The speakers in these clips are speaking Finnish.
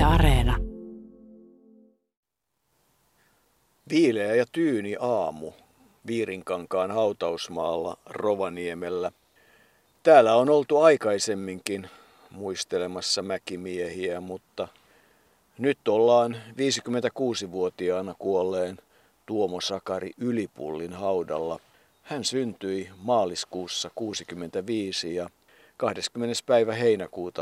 Areena. Viileä ja tyyni aamu Viirinkankaan hautausmaalla Rovaniemellä. Täällä on oltu aikaisemminkin muistelemassa mäkimiehiä, mutta nyt ollaan 56-vuotiaana kuolleen Tuomo Sakari Ylipullin haudalla. Hän syntyi maaliskuussa 1965 ja 20. päivä heinäkuuta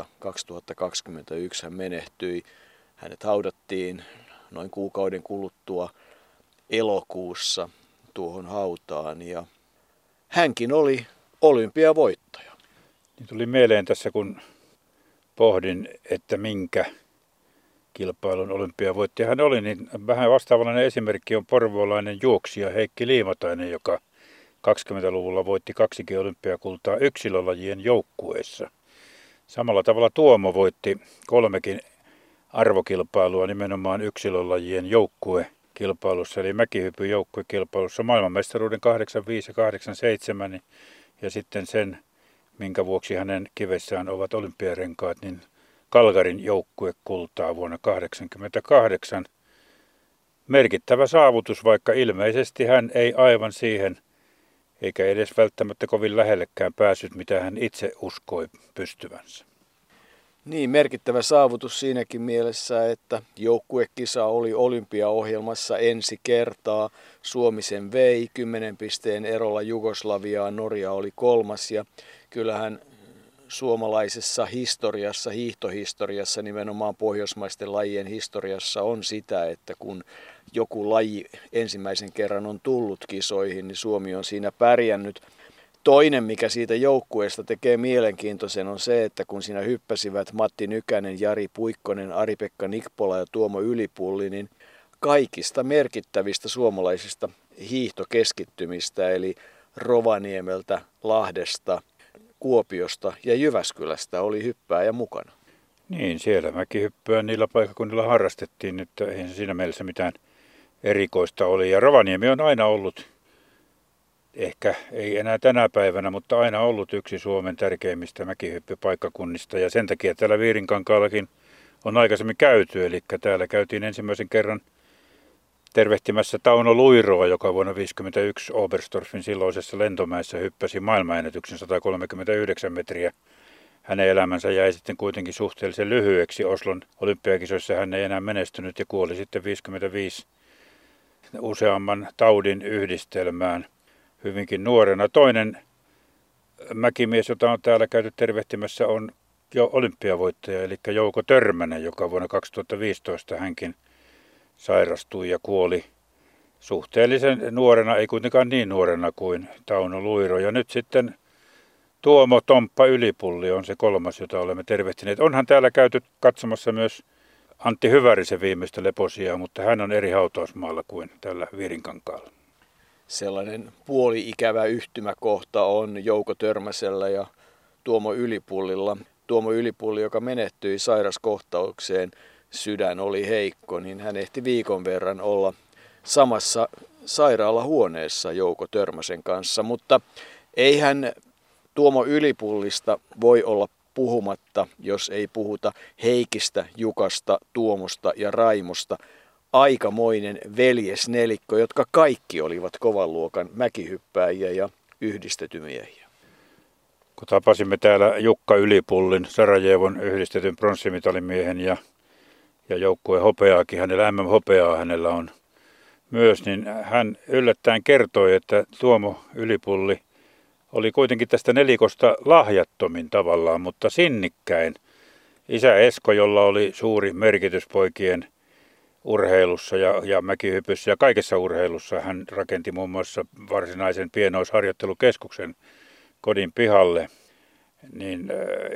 2021 hän menehtyi. Hänet haudattiin noin kuukauden kuluttua elokuussa tuohon hautaan ja hänkin oli olympiavoittaja. Niin tuli mieleen tässä, kun pohdin, että minkä kilpailun olympiavoittaja hän oli, niin vähän vastaavallinen esimerkki on porvoolainen juoksija Heikki Liimatainen, joka 20-luvulla voitti 2 olympiakultaa yksilölajien joukkueessa. Samalla tavalla Tuomo voitti 3 arvokilpailua nimenomaan yksilölajien joukkuekilpailussa, eli mäkihypyn joukkuekilpailussa maailmanmestaruuden 85 ja 87 ja sitten sen, minkä vuoksi hänen kivessään ovat olympiarenkaat, niin Calgaryn joukkuekultaa vuonna 1988. Merkittävä saavutus, vaikka ilmeisesti hän ei aivan siihen, eikä edes välttämättä kovin lähellekään päässyt, mitä hän itse uskoi pystyvänsä. Niin, merkittävä saavutus siinäkin mielessä, että joukkuekisa oli olympiaohjelmassa ensi kertaa. Suomi sen vei 10 pisteen erolla Jugoslaviaa, Norja oli 3. ja kyllähän suomalaisessa historiassa, hiihtohistoriassa, nimenomaan pohjoismaisten lajien historiassa on sitä, että kun joku laji ensimmäisen kerran on tullut kisoihin, niin Suomi on siinä pärjännyt. Toinen, mikä siitä joukkueesta tekee mielenkiintoisen, on se, että kun siinä hyppäsivät Matti Nykänen, Jari Puikkonen, Ari-Pekka Nikpola ja Tuomo Ylipulli, niin kaikista merkittävistä suomalaisista hiihtokeskittymistä, eli Rovaniemeltä, Lahdesta, Kuopiosta ja Jyväskylästä oli hyppääjä mukana. Niin, siellä mäkihyppyä niillä paikkakunnilla harrastettiin, että eihän siinä mielessä mitään erikoista oli. Ja Rovaniemi on aina ollut, ehkä ei enää tänä päivänä, mutta aina ollut yksi Suomen tärkeimmistä mäkihyppypaikkakunnista. Ja sen takia täällä Viirinkankaallakin on aikaisemmin käyty, eli täällä käytiin ensimmäisen kerran tervehtimässä Tauno Luiroa, joka vuonna 1951 Oberstdorfin silloisessa lentomäessä hyppäsi maailmanennätyksen 139 metriä. Hänen elämänsä jäi sitten kuitenkin suhteellisen lyhyeksi. Oslon olympiakisoissa hän ei enää menestynyt ja kuoli sitten 55 useamman taudin yhdistelmään hyvinkin nuorena. Toinen mäkimies, jota on täällä käyty tervehtimässä, on jo olympiavoittaja, eli Jouko Törmänen, joka vuonna 2015 hänkin sairastui ja kuoli suhteellisen nuorena, ei kuitenkaan niin nuorena kuin Tauno Luiro. Ja nyt sitten Tuomo Tomppa Ylipulli on se 3., jota olemme tervehtineet. Onhan täällä käyty katsomassa myös Antti Hyvärisen viimeistä leposiaa, mutta hän on eri hautausmaalla kuin tällä Viirinkankaalla. Sellainen puoli-ikävä yhtymäkohta on Jouko Törmäsellä ja Tuomo Ylipullilla. Tuomo Ylipulli, joka menehtyi sairaskohtaukseen, sydän oli heikko, niin hän ehti viikon verran olla samassa sairaalahuoneessa Jouko Törmäsen kanssa, mutta eihän Tuomo Ylipullista voi olla puhumatta, jos ei puhuta Heikistä, Jukasta, Tuomosta ja Raimosta. Aikamoinen veljesnelikko, jotka kaikki olivat kovan luokan mäkihyppääjiä ja yhdistetymiehiä. Kun tapasimme täällä Jukka Ylipullin, Sarajevon yhdistetyn pronssimitalimiehen ja joukkueen hopeaakin, hänellä MM-hopeaa hänellä on myös, niin hän yllättäen kertoi, että Tuomo Ylipulli oli kuitenkin tästä nelikosta lahjattomin tavallaan, mutta sinnikkäin. Isä Esko, jolla oli suuri merkitys poikien urheilussa ja mäkihypyssä ja kaikessa urheilussa, hän rakenti muun muassa varsinaisen pienoisharjoittelukeskuksen kodin pihalle. Niin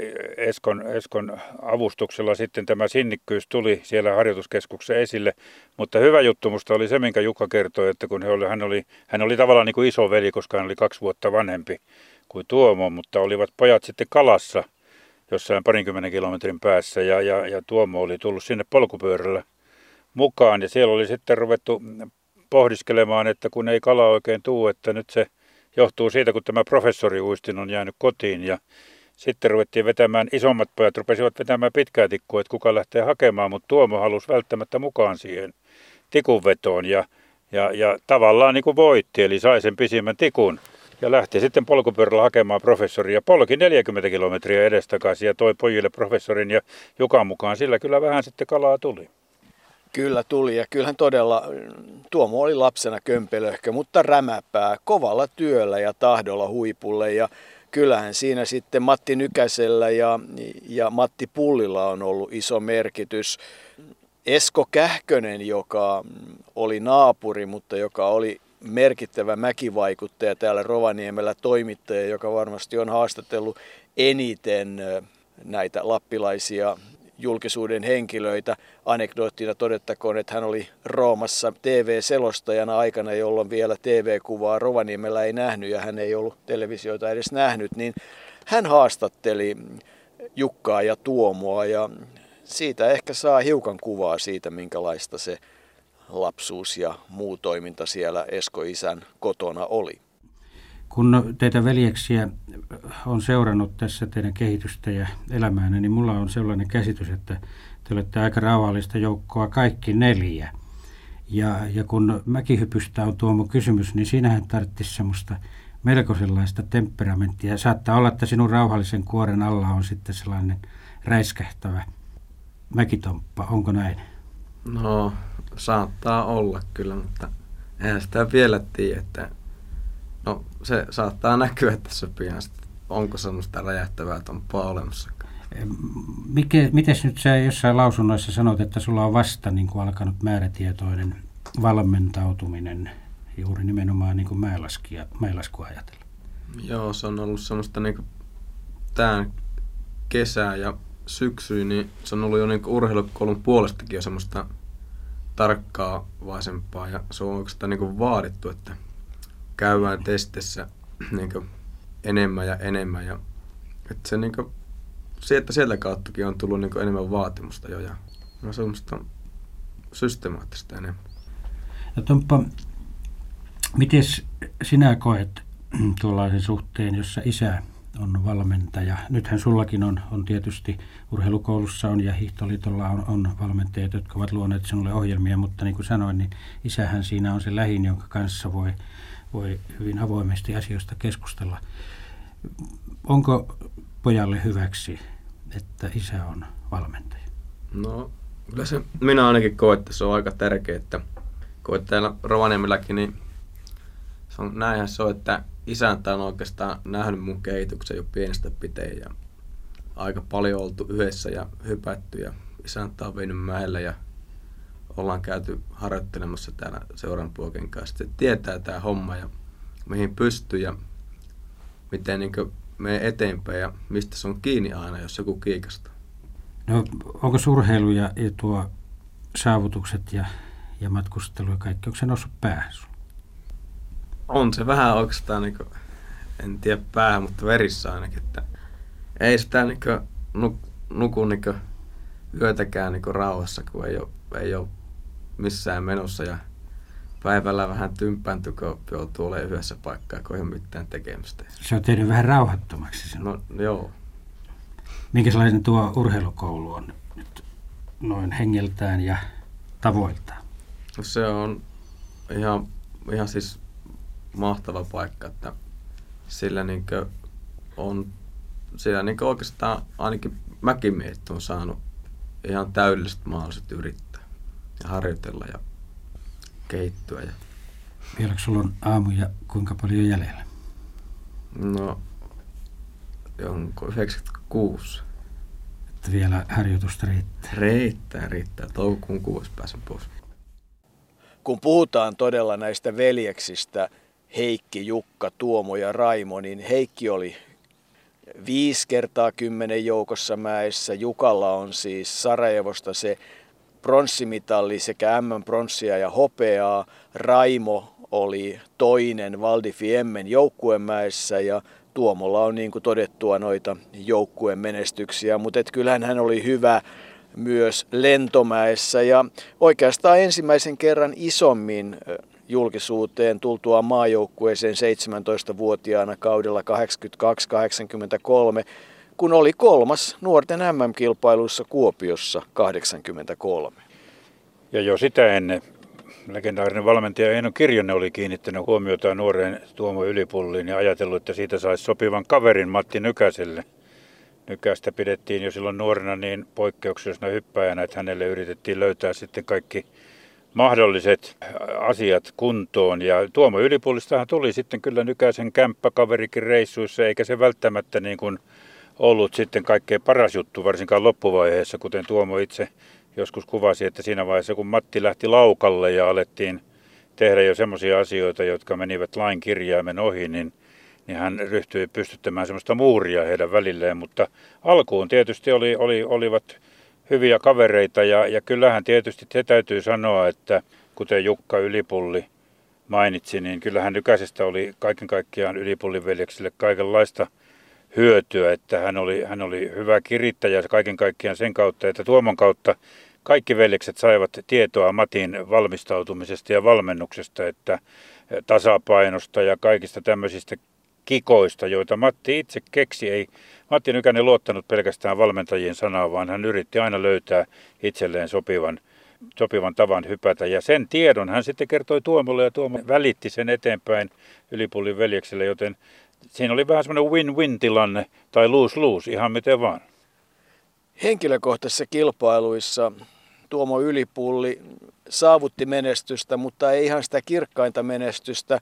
Eskon avustuksella sitten tämä sinnikkyys tuli siellä harjoituskeskuksessa esille, mutta hyvä juttu musta oli se, minkä Jukka kertoi, että kun hän oli tavallaan niin kuin isoveli, koska hän oli 2 vuotta vanhempi kuin Tuomo, mutta olivat pojat sitten kalassa jossain 20 kilometrin päässä ja Tuomo oli tullut sinne polkupyörällä mukaan ja siellä oli sitten ruvettu pohdiskelemaan, että kun ei kala oikein tule, että nyt se johtuu siitä, kun tämä professori Uistin on jäänyt kotiin ja Sitten ruvettiin vetämään, isommat pojat rupesivat vetämään pitkää tikkua, että kuka lähtee hakemaan, mutta Tuomo halusi välttämättä mukaan siihen tikunvetoon ja tavallaan niin kuin voitti, eli sai sen pisimmän tikun. Ja lähti sitten polkupyörällä hakemaan professoria. Polki 40 kilometriä edestakaisin ja toi pojille professorin ja Jukan mukaan. Sillä kyllä vähän sitten kalaa tuli. Kyllä tuli ja kyllähän todella Tuomo oli lapsena kömpelöhkö, mutta rämäpää kovalla työllä ja tahdolla huipulle. Ja kyllähän siinä sitten Matti Nykäsellä ja Matti Pullilla on ollut iso merkitys. Esko Kähkönen, joka oli naapuri, mutta joka oli merkittävä mäkivaikuttaja täällä Rovaniemellä, toimittaja, joka varmasti on haastatellut eniten näitä lappilaisia julkisuuden henkilöitä. Anekdoottina todettakoon, että hän oli Roomassa TV-selostajana aikana, jolloin vielä TV-kuvaa Rovaniemellä ei nähnyt ja hän ei ollut televisioita edes nähnyt, niin hän haastatteli Jukkaa ja Tuomoa ja siitä ehkä saa hiukan kuvaa siitä, minkälaista se lapsuus ja muu toiminta siellä Esko-isän kotona oli. Kun teitä veljeksiä on seurannut tässä teidän kehitystä ja elämäänne, niin mulla on sellainen käsitys, että te olette aika rauhallista joukkoa kaikki 4. Ja kun mäkihypystä on Tuomo kysymys, niin siinähän tarvitsisi semmoista melko sellaista temperamenttia. Saattaa olla, että sinun rauhallisen kuoren alla on sitten sellainen räiskähtävä mäkitomppa. Onko näin? No, saattaa olla kyllä, mutta eihän sitä vielä tiedä, että no, se saattaa näkyä tässä pian, onko semmoista räjähtävää tomppaa olemassakaan. Mites nyt sä jossain lausunnoissa sanot, että sulla on vasta niin kuin alkanut määrätietoinen valmentautuminen juuri nimenomaan niin kuin mäenlaskua ajatella? Joo, se on ollut semmoista niin kuin tämän kesää ja syksyyn, niin se on ollut jo niin kuin urheilukoulun puolestakin jo semmoista tarkkaavaisempaa ja se on oikeastaan niin kuin vaadittu, että käydään testissä niin kuin enemmän ja että se niin kuin, sieltä kauttakin on tullut niin kuin enemmän vaatimusta jo ja no semmoista systemaattista enemmän. No Tomppa, miten sinä koet tuollaisen suhteen, jossa isä on valmentaja? Nythän sullakin on tietysti urheilukoulussa on ja Hiihtoliitolla on valmentajat, jotka ovat luoneet sinulle ohjelmia, mutta niin kuin sanoin, niin isähän siinä on se lähin, jonka kanssa voi hyvin avoimesti asioista keskustella. Onko pojalle hyväksi, että isä on valmentaja? No, kyllä se, minä ainakin koen, että se on aika tärkeää, että koet täällä Rovaniemelläkin, niin se on, näinhän se on, että isäntä on oikeastaan nähnyt mun kehityksen jo pienestä piteen ja aika paljon oltu yhdessä ja hypätty ja isäntä on vienyt mäelle ja ollaan käyty harjoittelemassa täällä seuran poikien kanssa. Se tietää tää homma ja mihin pystyy ja miten niin menee eteenpäin ja mistä se on kiinni aina, jos joku kiikastaa. No, onko urheilu ja tuo saavutukset ja matkustelu ja kaikki, onko se noussut päähän sun? On se vähän oikeastaan, niin kuin, en tiedä päähän, mutta verissä ainakin. Että ei sitä niin nuku niin yötäkään niin rauhassa, kun ei ole missään menossa. Ja päivällä vähän tympäänty, kun joutuu olemaan yhdessä paikkaa, kun ei ole mitään tekemistä. Se on tehnyt vähän rauhattomaksi sinua. No joo. Minkälainen tuo urheilukoulu on nyt noin hengeltään ja tavoiltaan? No se on ihan siis mahtava paikka, että sillä on siellä oikeastaan ainakin mäkimiehet on saanut ihan täydelliset mahdolliset yrittää ja harjoitella ja kehittyä. Vieläkö sulla on aamuja kuinka paljon jäljellä? No, onko 96. Että vielä harjoitusta riittää. Riittää. Toukokuun 6. pääsen pois. Kun puhutaan todella näistä veljeksistä, Heikki, Jukka, Tuomo ja Raimo, niin Heikki oli 5x10 joukossa mäessä. Jukalla on siis Sarajevosta se pronssimitalli sekä M-pronssia ja hopeaa. Raimo oli toinen Val di Fiemmen joukkuemäessä ja Tuomolla on niin kuin todettua noita joukkueen menestyksiä, mutta kyllähän hän oli hyvä myös lentomäessä ja oikeastaan ensimmäisen kerran isommin julkisuuteen tultua maajoukkueeseen 17-vuotiaana kaudella 82-83, kun oli 3. nuorten MM-kilpailuissa Kuopiossa 83. Ja jo sitä ennen legendaarinen valmentaja Eino Kirjonen oli kiinnittänyt huomiota nuoreen Tuomo Ylipulliin ja ajatellut, että siitä saisi sopivan kaverin Matti Nykäselle. Nykästä pidettiin jo silloin nuorena niin poikkeuksellisena hyppääjänä, että hänelle yritettiin löytää sitten kaikki mahdolliset asiat kuntoon. Ja Tuomo Ylipullistahan tuli sitten kyllä Nykäsen kämppäkaverikin reissuissa, eikä se välttämättä niin kuin ollut sitten kaikkein paras juttu, varsinkaan loppuvaiheessa, kuten Tuomo itse joskus kuvasi, että siinä vaiheessa kun Matti lähti laukalle ja alettiin tehdä jo semmoisia asioita, jotka menivät lain kirjaimen ohi, niin hän ryhtyi pystyttämään semmoista muuria heidän välilleen, mutta alkuun tietysti olivat hyviä kavereita ja kyllähän tietysti se täytyy sanoa, että kuten Jukka Ylipulli mainitsi, niin kyllähän Nykäsestä oli kaiken kaikkiaan Ylipullin veljeksille kaikenlaista hyötyä, että hän oli hyvä kirittäjä kaiken kaikkiaan sen kautta, että Tuomon kautta kaikki veljekset saivat tietoa Matin valmistautumisesta ja valmennuksesta, että tasapainosta ja kaikista tämmöisistä kikoista, joita Matti itse keksi. Ei Matti Nykänen luottanut pelkästään valmentajien sanaan, vaan hän yritti aina löytää itselleen sopivan tavan hypätä. Ja sen tiedon hän sitten kertoi Tuomolle ja Tuomo välitti sen eteenpäin Ylipullin veljekselle, joten siinä oli vähän semmoinen win-win-tilanne tai lose-lose, ihan miten vaan. Henkilökohtaisissa kilpailuissa Tuomo Ylipulli saavutti menestystä, mutta ei ihan sitä kirkkainta menestystä.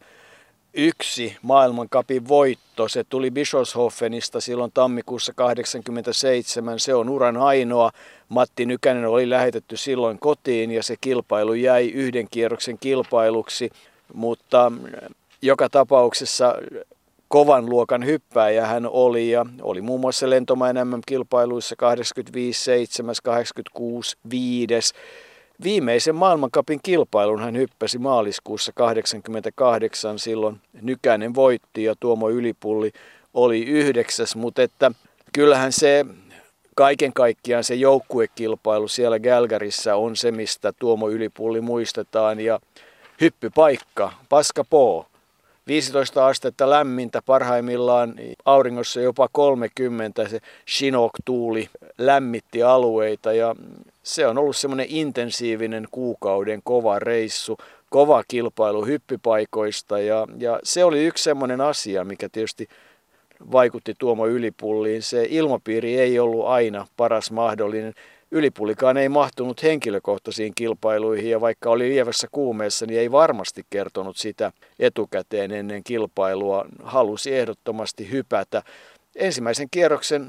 1 maailmancupin voitto, se tuli Bischofshofenista silloin tammikuussa 1987, se on uran ainoa. Matti Nykänen oli lähetetty silloin kotiin ja se kilpailu jäi 1 kierroksen kilpailuksi, mutta joka tapauksessa kovan luokan hyppääjä hän oli ja oli muun muassa Lentomäen MM-kilpailuissa 85, 7, 86, 5. Viimeisen maailmancupin kilpailun hän hyppäsi maaliskuussa 1988, silloin Nykänen voitti ja Tuomo Ylipulli oli 9. Mutta että kyllähän se kaiken kaikkiaan se joukkuekilpailu siellä Calgaryssä on se, mistä Tuomo Ylipulli muistetaan ja hyppypaikka, paskapoo. 15 astetta lämmintä, parhaimmillaan auringossa jopa 30, se Chinook-tuuli lämmitti alueita ja se on ollut semmoinen intensiivinen kuukauden kova reissu, kova kilpailu hyppypaikoista ja se oli yksi semmoinen asia, mikä tietysti vaikutti Tuomo Ylipulliin. Se ilmapiiri ei ollut aina paras mahdollinen. Ylipullikaan ei mahtunut henkilökohtaisiin kilpailuihin ja vaikka oli lievässä kuumeessa, niin ei varmasti kertonut sitä etukäteen ennen kilpailua. Halusi ehdottomasti hypätä. Ensimmäisen kierroksen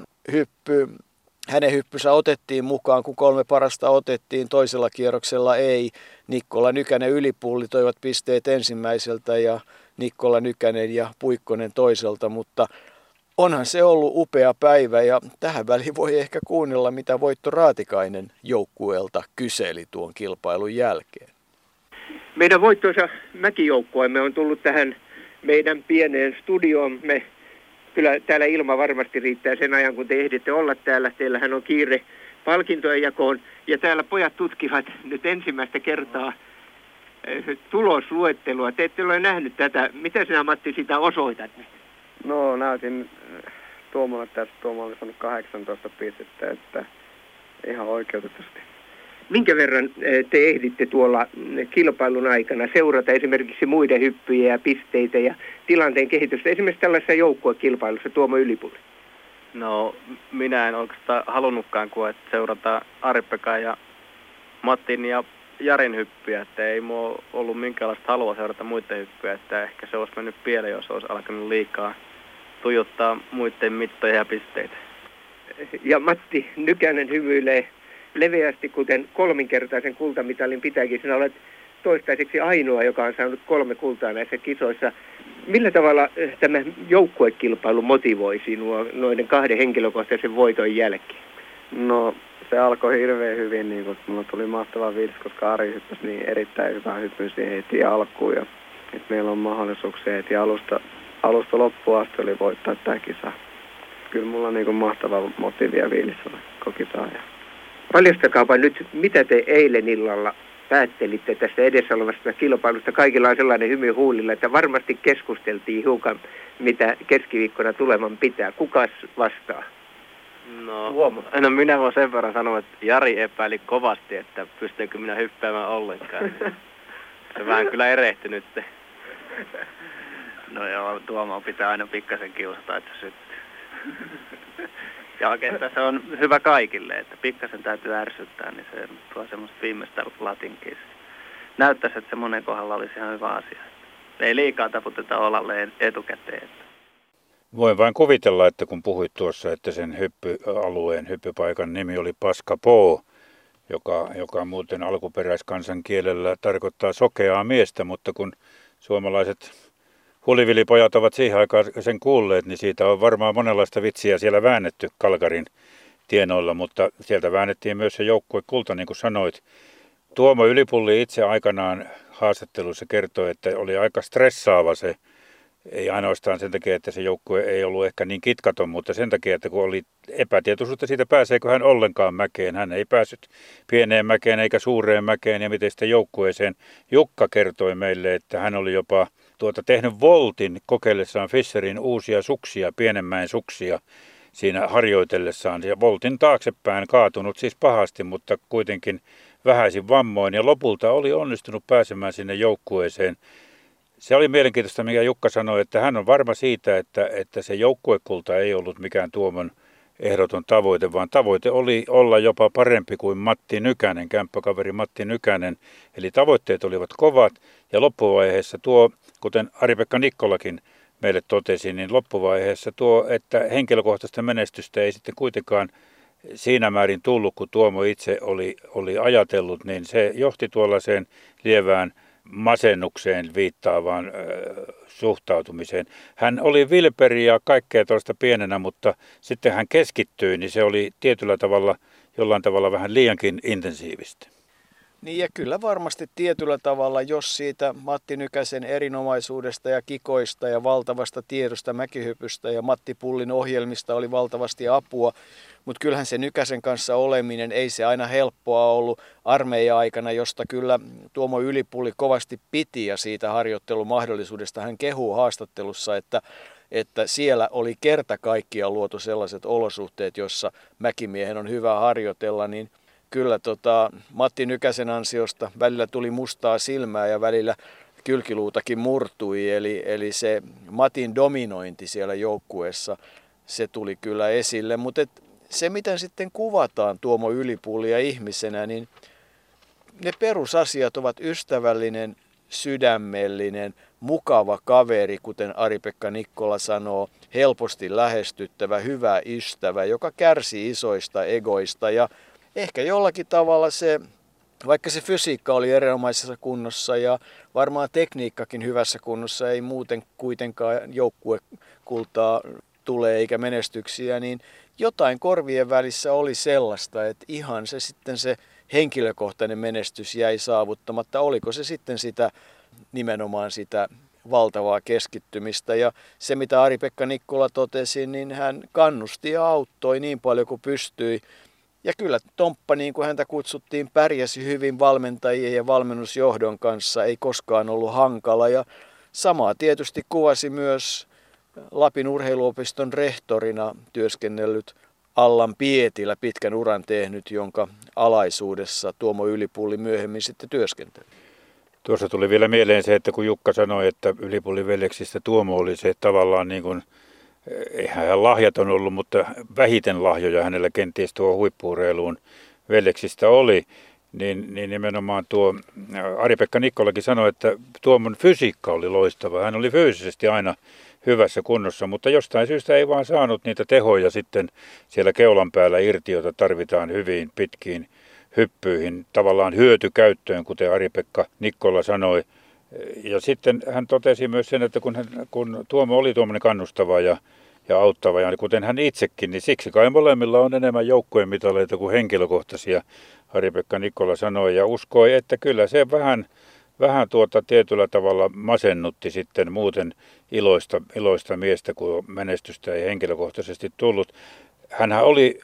hänen hyppysä otettiin mukaan, kun 3 parasta otettiin, toisella kierroksella ei. Nikkola, Nykänen, Ylipulli toivat pisteet ensimmäiseltä ja Nikkola, Nykänen ja Puikkonen toiselta, mutta onhan se ollut upea päivä ja tähän väliin voi ehkä kuunnella, mitä Voitto Raatikainen joukkueelta kyseli tuon kilpailun jälkeen. Meidän voittoisa mäkijoukkueemme on tullut tähän meidän pieneen studioomme. Kyllä täällä ilma varmasti riittää sen ajan, kun te ehditte olla täällä. Teillähän on kiire palkintojen jakoon. Ja täällä pojat tutkivat nyt ensimmäistä kertaa tulosluettelua. Te ette ole nähnyt tätä. Mitä sinä, Matti, sitä osoitat? No, näytin Tuomolle tässä. Tuomo oli saanut 18 pistettä, että ihan oikeutetusti. Minkä verran te ehditte tuolla kilpailun aikana seurata esimerkiksi muiden hyppyjä ja pisteitä ja tilanteen kehitystä, esimerkiksi tällaisessa joukkuekilpailussa, Tuomo Ylipulli? No, minä en oikeastaan halunnutkaan kuin seurata Ari-Pekan ja Mattin ja Jarin hyppyjä, että ei mua ollut minkäänlaista halua seurata muiden hyppyjä, että ehkä se olisi mennyt pieleen, jos olisi alkanut liikaa tuijottaa muiden mittoja ja pisteitä. Ja Matti Nykänen hymyilee leveästi, kuten 3-kertaisen kultamitalin pitääkin. Sinä olet toistaiseksi ainoa, joka on saanut 3 kultaa näissä kisoissa. Millä tavalla tämä joukkuekilpailu motivoi sinua noiden 2 henkilökohtaisen voiton jälkeen? No, se alkoi hirveän hyvin, niin kun mulla tuli mahtava fiilis, koska Ari hyppäsi niin erittäin hyvää hyppyä siihen heti alkuun. Ja että meillä on mahdollisuuksia heti alusta loppuun asti oli voittaa tämä kisa. Kyllä mulla on niin mahtava motiivi ja fiilis koko kisaan. Paljastakaapa nyt, mitä te eilen illalla päättelitte tästä edessä olevasta kilpailusta. Kaikilla on sellainen hymy huulilla, että varmasti keskusteltiin hiukan, mitä keskiviikkona tuleman pitää. Kukas vastaa? No minä voin sen verran sanoa, että Jari epäili kovasti, että pystyykö minä hyppäämään ollenkaan. Se vähän kyllä erehtynyt. No joo, Tuomo pitää aina pikkasen kiusata, että syttyy. Ja oikeastaan se on hyvä kaikille, että pikkasen täytyy ärsyttää, niin se tuo semmoista viimeistä latinkia. Näyttäisi, että se monen kohdalla olisi ihan hyvä asia. Ei liikaa taputeta olalle etukäteen. Voin vain kuvitella, että kun puhuit tuossa, että sen hyppypaikan nimi oli Paskapoo, joka muuten alkuperäiskansan kielellä tarkoittaa sokeaa miestä, mutta kun suomalaiset hulivilipojat ovat siihen aikaan sen kuulleet, niin siitä on varmaan monenlaista vitsiä siellä väännetty Kalkarin tienoilla, mutta sieltä väännettiin myös se joukkuekulta, niin kuin sanoit. Tuomo Ylipulli itse aikanaan haastattelussa kertoi, että oli aika stressaava se, ei ainoastaan sen takia, että se joukkue ei ollut ehkä niin kitkaton, mutta sen takia, että kun oli epätietoisuutta siitä, pääseekö hän ollenkaan mäkeen. Hän ei päässyt pieneen mäkeen eikä suureen mäkeen ja miten sitten joukkueeseen. Jukka kertoi meille, että hän oli jopa tehnyt voltin kokeillessaan Fisherin uusia suksia, Pienenmäen suksia siinä harjoitellessaan. Ja voltin taaksepäin kaatunut siis pahasti, mutta kuitenkin vähäisin vammoin ja lopulta oli onnistunut pääsemään sinne joukkueeseen. Se oli mielenkiintoista, mikä Jukka sanoi, että hän on varma siitä, että se joukkuekulta ei ollut mikään Tuomon ehdoton tavoite, vaan tavoite oli olla jopa parempi kuin Matti Nykänen, kämppäkaveri Matti Nykänen. Eli tavoitteet olivat kovat ja loppuvaiheessa kuten Ari-Pekka Nikkolakin meille totesi, niin loppuvaiheessa että henkilökohtaista menestystä ei sitten kuitenkaan siinä määrin tullut, kun Tuomo itse oli ajatellut, niin se johti tuollaiseen lievään masennukseen viittaavaan suhtautumiseen. Hän oli vilperi ja kaikkea tuosta pienenä, mutta sitten hän keskittyi, niin se oli tietyllä tavalla, jollain tavalla vähän liiankin intensiivistä. Niin ja kyllä varmasti tietyllä tavalla, jos siitä Matti Nykäsen erinomaisuudesta ja kikoista ja valtavasta tiedosta mäkihypystä ja Matti Pullin ohjelmista oli valtavasti apua, mutta kyllähän se Nykäsen kanssa oleminen ei se aina helppoa ollut armeija-aikana, josta kyllä Tuomo Ylipulli kovasti piti ja siitä harjoittelumahdollisuudesta hän kehuu haastattelussa, että siellä oli kerta kaikkiaan luotu sellaiset olosuhteet, jossa mäkimiehen on hyvä harjoitella, niin kyllä Matti Nykäsen ansiosta välillä tuli mustaa silmää ja välillä kylkiluutakin murtui, eli se Matin dominointi siellä joukkueessa, se tuli kyllä esille, mutta se miten sitten kuvataan Tuomo Ylipullia ihmisenä, niin ne perusasiat ovat ystävällinen, sydämellinen, mukava kaveri, kuten Ari-Pekka Nikkola sanoo, helposti lähestyttävä, hyvä ystävä, joka kärsii isoista egoista ja ehkä jollakin tavalla vaikka se fysiikka oli erinomaisessa kunnossa ja varmaan tekniikkakin hyvässä kunnossa, ei muuten kuitenkaan joukkuekultaa tule eikä menestyksiä, niin jotain korvien välissä oli sellaista, että ihan se henkilökohtainen menestys jäi saavuttamatta. Oliko se sitten nimenomaan sitä valtavaa keskittymistä ja se mitä Ari-Pekka Nikkola totesi, niin hän kannusti ja auttoi niin paljon kuin pystyi. Ja kyllä Tomppa, niin kuin häntä kutsuttiin, pärjäsi hyvin valmentajien ja valmennusjohdon kanssa, ei koskaan ollut hankala. Ja samaa tietysti kuvasi myös Lapin urheiluopiston rehtorina työskennellyt Allan Pietilä, pitkän uran tehnyt, jonka alaisuudessa Tuomo Ylipulli myöhemmin sitten työskenteli. Tuossa tuli vielä mieleen se, että kun Jukka sanoi, että Ylipullin veljeksistä Tuomo oli se tavallaan niin kuin, eihän hän lahjaton ollut, mutta vähiten lahjoja hänellä kenties tuo huippu-urheiluun veljeksistä oli, niin nimenomaan tuo Ari-Pekka Nikkolakin sanoi, että Tuomon fysiikka oli loistava. Hän oli fyysisesti aina hyvässä kunnossa, mutta jostain syystä ei vaan saanut niitä tehoja sitten siellä keulan päällä irti, joita tarvitaan hyviin pitkiin hyppyihin, tavallaan hyötykäyttöön, kuten Ari-Pekka Nikkola sanoi. Ja sitten hän totesi myös sen, että kun Tuomo oli tuommoinen kannustava ja auttava, ja kuten hän itsekin, niin siksi kai molemmilla on enemmän joukkueen mitaleita kuin henkilökohtaisia, Ari-Pekka Nikkola sanoi, ja uskoi, että kyllä se vähän tietyllä tavalla masennutti sitten muuten iloista miestä, kun menestystä ei henkilökohtaisesti tullut. Hänhän oli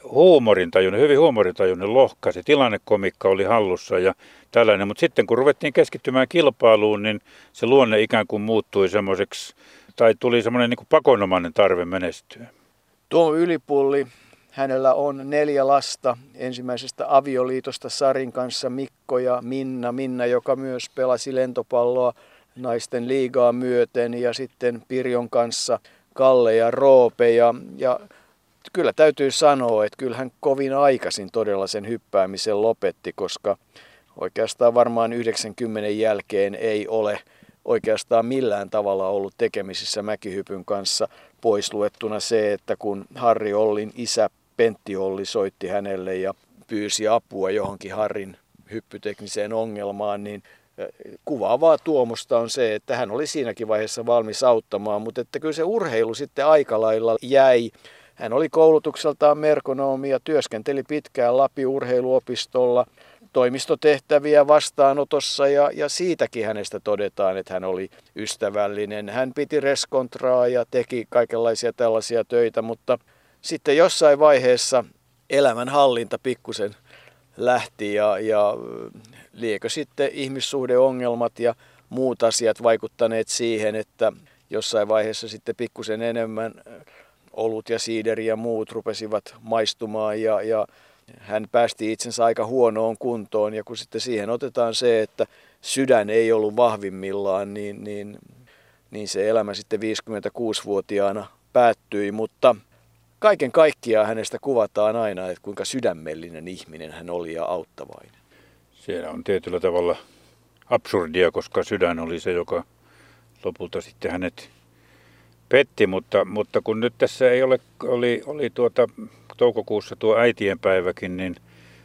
hyvin huumorintajuinen lohka, se tilannekomikka oli hallussa ja tällainen, mutta sitten kun ruvettiin keskittymään kilpailuun, niin se luonne ikään kuin muuttui semmoiseksi, tai tuli semmoinen niin kuin pakonomainen tarve menestyä. Tuomo Ylipulli, Hänellä on 4 lasta ensimmäisestä avioliitosta Sarin kanssa, Mikko ja Minna. Minna, joka myös pelasi lentopalloa naisten liigaa myöten, ja sitten Pirjon kanssa Kalle ja Roope. Ja kyllä täytyy sanoa, että kyllähän kovin aikaisin todella sen hyppäämisen lopetti, koska oikeastaan varmaan 90 jälkeen ei ole oikeastaan millään tavalla ollut tekemisissä mäkihypyn kanssa, pois luettuna se, että kun Harri Ollin isä Pentti Olli soitti hänelle ja pyysi apua johonkin Harrin hyppytekniseen ongelmaan, niin kuvaavaa Tuomosta on se, että hän oli siinäkin vaiheessa valmis auttamaan, mutta että kyllä se urheilu sitten aika lailla jäi. Hän oli koulutukseltaan merkonomi ja työskenteli pitkään Lapin-urheiluopistolla toimistotehtäviä vastaanotossa ja siitäkin hänestä todetaan, että hän oli ystävällinen. Hän piti reskontraa ja teki kaikenlaisia tällaisia töitä, mutta sitten jossain vaiheessa elämänhallinta pikkusen lähti ja liekö sitten ihmissuhdeongelmat ja muut asiat vaikuttaneet siihen, että jossain vaiheessa sitten pikkusen enemmän olut ja siideri ja muut rupesivat maistumaan ja hän päästi itsensä aika huonoon kuntoon, ja kun sitten siihen otetaan se, että sydän ei ollut vahvimmillaan, niin se elämä sitten 56-vuotiaana päättyi, mutta kaiken kaikkiaan hänestä kuvataan aina, että kuinka sydämellinen ihminen hän oli ja auttavainen. Siellä on tietyllä tavalla absurdia, koska sydän oli se, joka lopulta sitten hänet petti, mutta kun nyt tässä ei oli toukokuussa tuo äitienpäiväkin, niin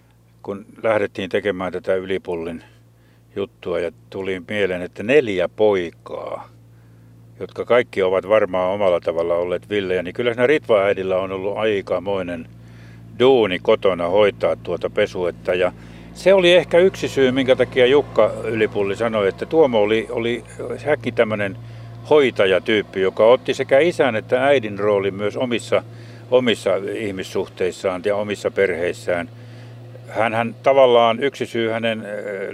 kun lähdettiin tekemään tätä Ylipullin juttua ja tuli mieleen, että 4 poikaa, jotka kaikki ovat varmaan omalla tavalla olleet villejä, niin kyllä siinä Ritva-äidillä on ollut aikamoinen duuni kotona hoitaa tuota pesuetta. Ja se oli ehkä yksi syy, minkä takia Jukka Ylipulli sanoi, että Tuomo oli hänkin tämmöinen hoitajatyyppi, joka otti sekä isän että äidin roolin myös omissa ihmissuhteissaan ja omissa perheissään. Hän tavallaan yksi syy hänen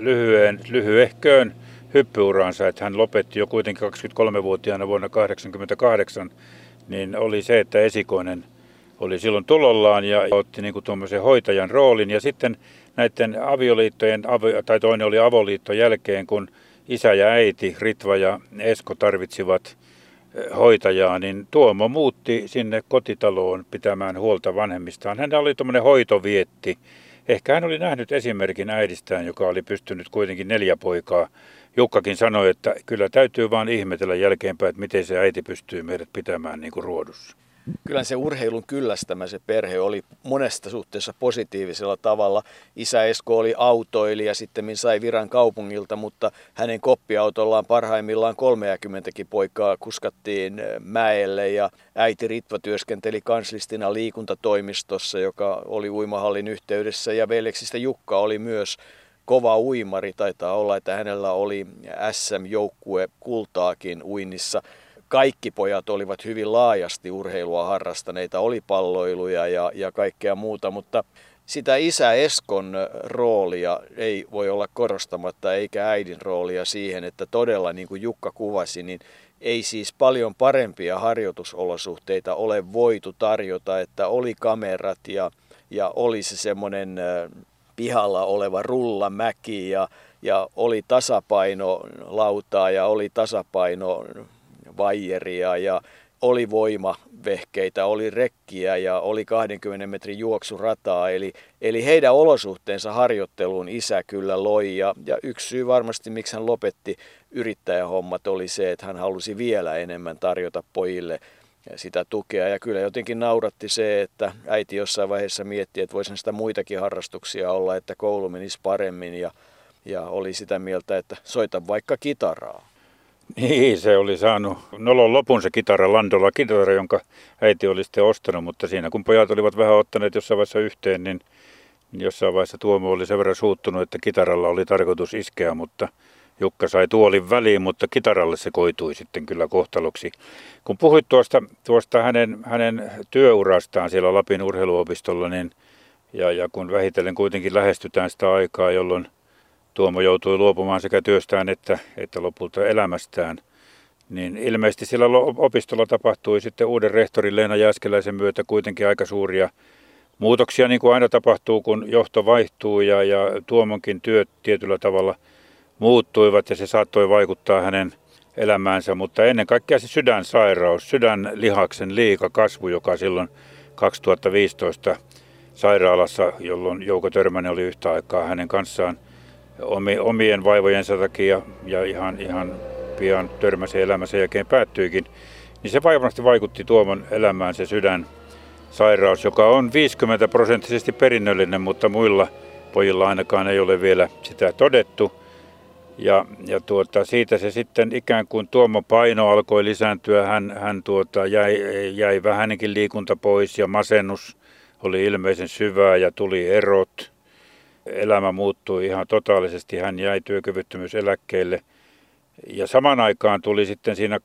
lyhyehköön hyppyuraansa, että hän lopetti jo kuitenkin 23-vuotiaana vuonna 1988, niin oli se, että esikoinen oli silloin tulollaan ja otti niin kuin tuommoisen hoitajan roolin. Ja sitten näiden avioliittojen, tai toinen oli avoliitto jälkeen, kun isä ja äiti, Ritva ja Esko, tarvitsivat hoitajaa, niin Tuomo muutti sinne kotitaloon pitämään huolta vanhemmistaan. Hän oli tuommoinen hoitovietti. Ehkä hän oli nähnyt esimerkin äidistään, joka oli pystynyt kuitenkin 4 poikaa. Jukkakin sanoi, että kyllä täytyy vaan ihmetellä jälkeenpäin, että miten se äiti pystyy meidät pitämään niin kuin ruodussa. Kyllä se urheilun kyllästämä se perhe oli monesta suhteessa positiivisella tavalla. Isä Esko oli autoilija, sitten sai viran kaupungilta, mutta hänen koppiautollaan parhaimmillaan 30 poikaa kuskattiin mäelle ja äiti Ritva työskenteli kanslistina liikuntatoimistossa, joka oli uimahallin yhteydessä, ja veljeksistä Jukka oli myös kova uimari. Taitaa olla, että hänellä oli SM-joukkue kultaakin uinnissa. Kaikki pojat olivat hyvin laajasti urheilua harrastaneita, oli palloiluja ja kaikkea muuta, mutta sitä isä Eskon roolia ei voi olla korostamatta, eikä äidin roolia siihen, että todella niin kuin Jukka kuvasi, niin ei siis paljon parempia harjoitusolosuhteita ole voitu tarjota, että oli kamerat ja oli se semmoinen pihalla oleva rullamäki ja oli tasapainolautaa ja oli tasapainovajeria ja oli voimavehkeitä, oli rekkiä ja oli 20 metrin juoksurataa. Eli heidän olosuhteensa harjoitteluun isä kyllä loi. Ja yksi syy varmasti, miksi hän lopetti yrittäjähommat, oli se, että hän halusi vielä enemmän tarjota pojille sitä tukea. Ja kyllä jotenkin nauratti se, että äiti jossain vaiheessa mietti, että voisi sitä muitakin harrastuksia olla, että koulu menisi paremmin. Ja oli sitä mieltä, että soita vaikka kitaraa. Niin, se oli saanut nolon lopun se kitara, Landola kitara, jonka äiti oli sitten ostanut, mutta siinä kun pojat olivat vähän ottaneet jossain vaiheessa yhteen, niin jossain vaiheessa Tuomo oli sen verran suuttunut, että kitaralla oli tarkoitus iskeä, mutta Jukka sai tuolin väliin, mutta kitaralle se koitui sitten kyllä kohtaloksi. Kun puhuit tuosta hänen työurastaan siellä Lapin urheiluopistolla, niin, ja kun vähitellen kuitenkin lähestytään sitä aikaa, jolloin Tuomo joutui luopumaan sekä työstään että lopulta elämästään, niin ilmeisesti siellä opistolla tapahtui sitten uuden rehtorin Leena Jääskeläisen myötä kuitenkin aika suuria muutoksia niin kuin aina tapahtuu, kun johto vaihtuu ja Tuomonkin työt tietyllä tavalla muuttuivat ja se saattoi vaikuttaa hänen elämäänsä, mutta ennen kaikkea se sydänsairaus, sydänlihaksen liikakasvu, joka silloin 2015 sairaalassa, jolloin Jouko Törmänen oli yhtä aikaa hänen kanssaan omien vaivojensa takia ja ihan pian Törmäsen elämä sen jälkeen päättyikin, niin se varmasti vaikutti Tuomon elämään se sydänsairaus, joka on 50% perinnöllinen, mutta muilla pojilla ainakaan ei ole vielä sitä todettu. Ja siitä se sitten ikään kuin Tuomon paino alkoi lisääntyä, hän jäi vähänkin liikunta pois ja masennus oli ilmeisen syvää ja tuli erot. Elämä muuttui ihan totaalisesti, hän jäi työkyvyttömyyseläkkeelle. Ja samaan aikaan tuli sitten siinä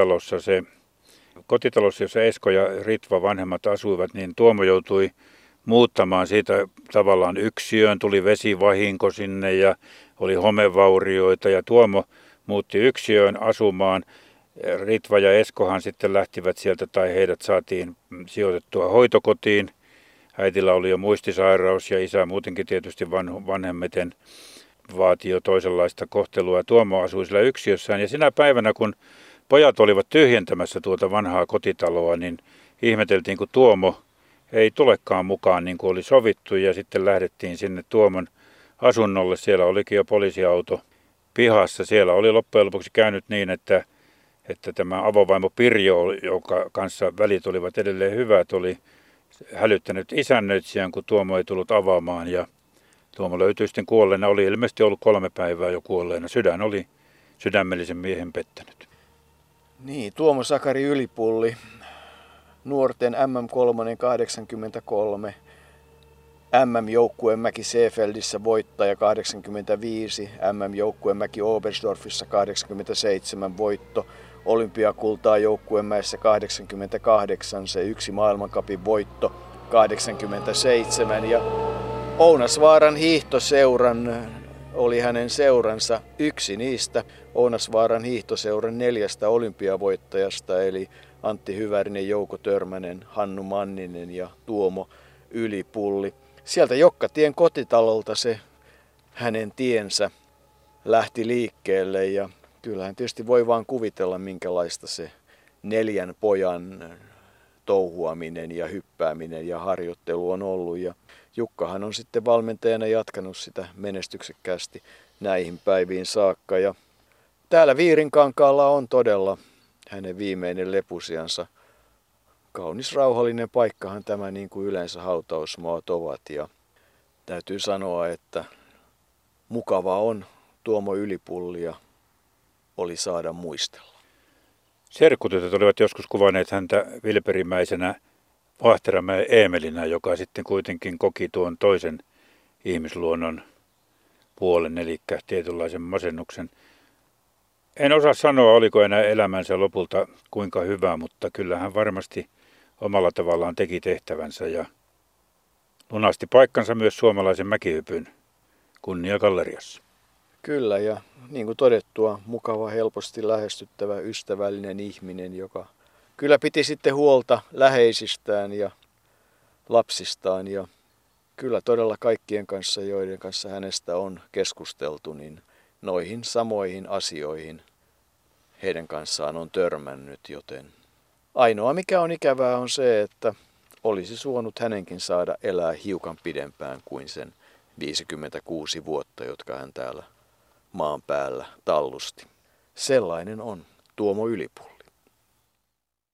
kotitalossa, jossa Esko ja Ritva vanhemmat asuivat, niin Tuomo joutui muuttamaan siitä tavallaan yksiöön, tuli vesivahinko sinne ja oli homevaurioita ja Tuomo muutti yksiöön asumaan. Ritva ja Eskohan sitten lähtivät sieltä tai heidät saatiin sijoitettua hoitokotiin. Äitillä oli jo muistisairaus ja isä muutenkin tietysti vanhemmiten vaati jo toisenlaista kohtelua. Tuomo asui sillä yksiössään ja sinä päivänä kun pojat olivat tyhjentämässä tuota vanhaa kotitaloa, niin ihmeteltiin kun Tuomo ei tulekaan mukaan niin kuin oli sovittu ja sitten lähdettiin sinne Tuomon asunnolle. Siellä olikin jo poliisiauto pihassa. Siellä oli loppujen lopuksi käynyt niin, että tämä avovaimo Pirjo, joka kanssa välit olivat edelleen hyvät, oli hälyttänyt isännöitsijän, kun Tuomo ei tullut avaamaan. Ja Tuomo löytyi sitten kuolleena. Oli ilmeisesti ollut 3 päivää jo kuolleena. Sydän oli sydämellisen miehen pettänyt. Niin, Tuomo Sakari Ylipulli, nuorten MM3 83. MM-joukkuemäki Seefeldissä voittaja 85, MM-joukkuemäki Oberstdorfissa 87 voitto, olympiakultaa joukkuemäessä 88, se yksi maailmancupin voitto 87 ja Ounasvaaran hiihtoseuran oli hänen seuransa yksi niistä Ounasvaaran hiihtoseuran 4 olympiavoittajasta eli Antti Hyvärinen, Jouko Törmänen, Hannu Manninen ja Tuomo Ylipulli. Sieltä Jokkatien kotitalolta se hänen tiensä lähti liikkeelle ja kyllähän tietysti voi vaan kuvitella minkälaista se 4 pojan touhuaminen ja hyppääminen ja harjoittelu on ollut. Ja Jukkahan on sitten valmentajana jatkanut sitä menestyksekkäästi näihin päiviin saakka. Ja täällä Viirinkankaalla on todella hänen viimeinen lepusiansa. Kaunis rauhallinen paikkahan tämä niin kuin yleensä hautausmaat ovat ja täytyy sanoa, että mukava on Tuomo Ylipullia oli saada muistella. Serkkutytöt olivat joskus kuvanneet häntä vilperimäisenä Vahteramäen Eemelinä, joka sitten kuitenkin koki tuon toisen ihmisluonnon puolen, eli tietynlaisen masennuksen. En osaa sanoa, oliko enää elämänsä lopulta kuinka hyvä, mutta kyllähän varmasti omalla tavallaan teki tehtävänsä ja lunasti paikkansa myös suomalaisen mäkihypyn kunniagalleriassa. Kyllä ja niin kuin todettua, mukava, helposti lähestyttävä, ystävällinen ihminen, joka kyllä piti sitten huolta läheisistään ja lapsistaan ja kyllä todella kaikkien kanssa, joiden kanssa hänestä on keskusteltu, niin noihin samoihin asioihin heidän kanssaan on törmännyt, joten ainoa mikä on ikävää on se, että olisi suonut hänenkin saada elää hiukan pidempään kuin sen 56 vuotta, jotka hän täällä maan päällä tallusti. Sellainen on Tuomo Ylipulli.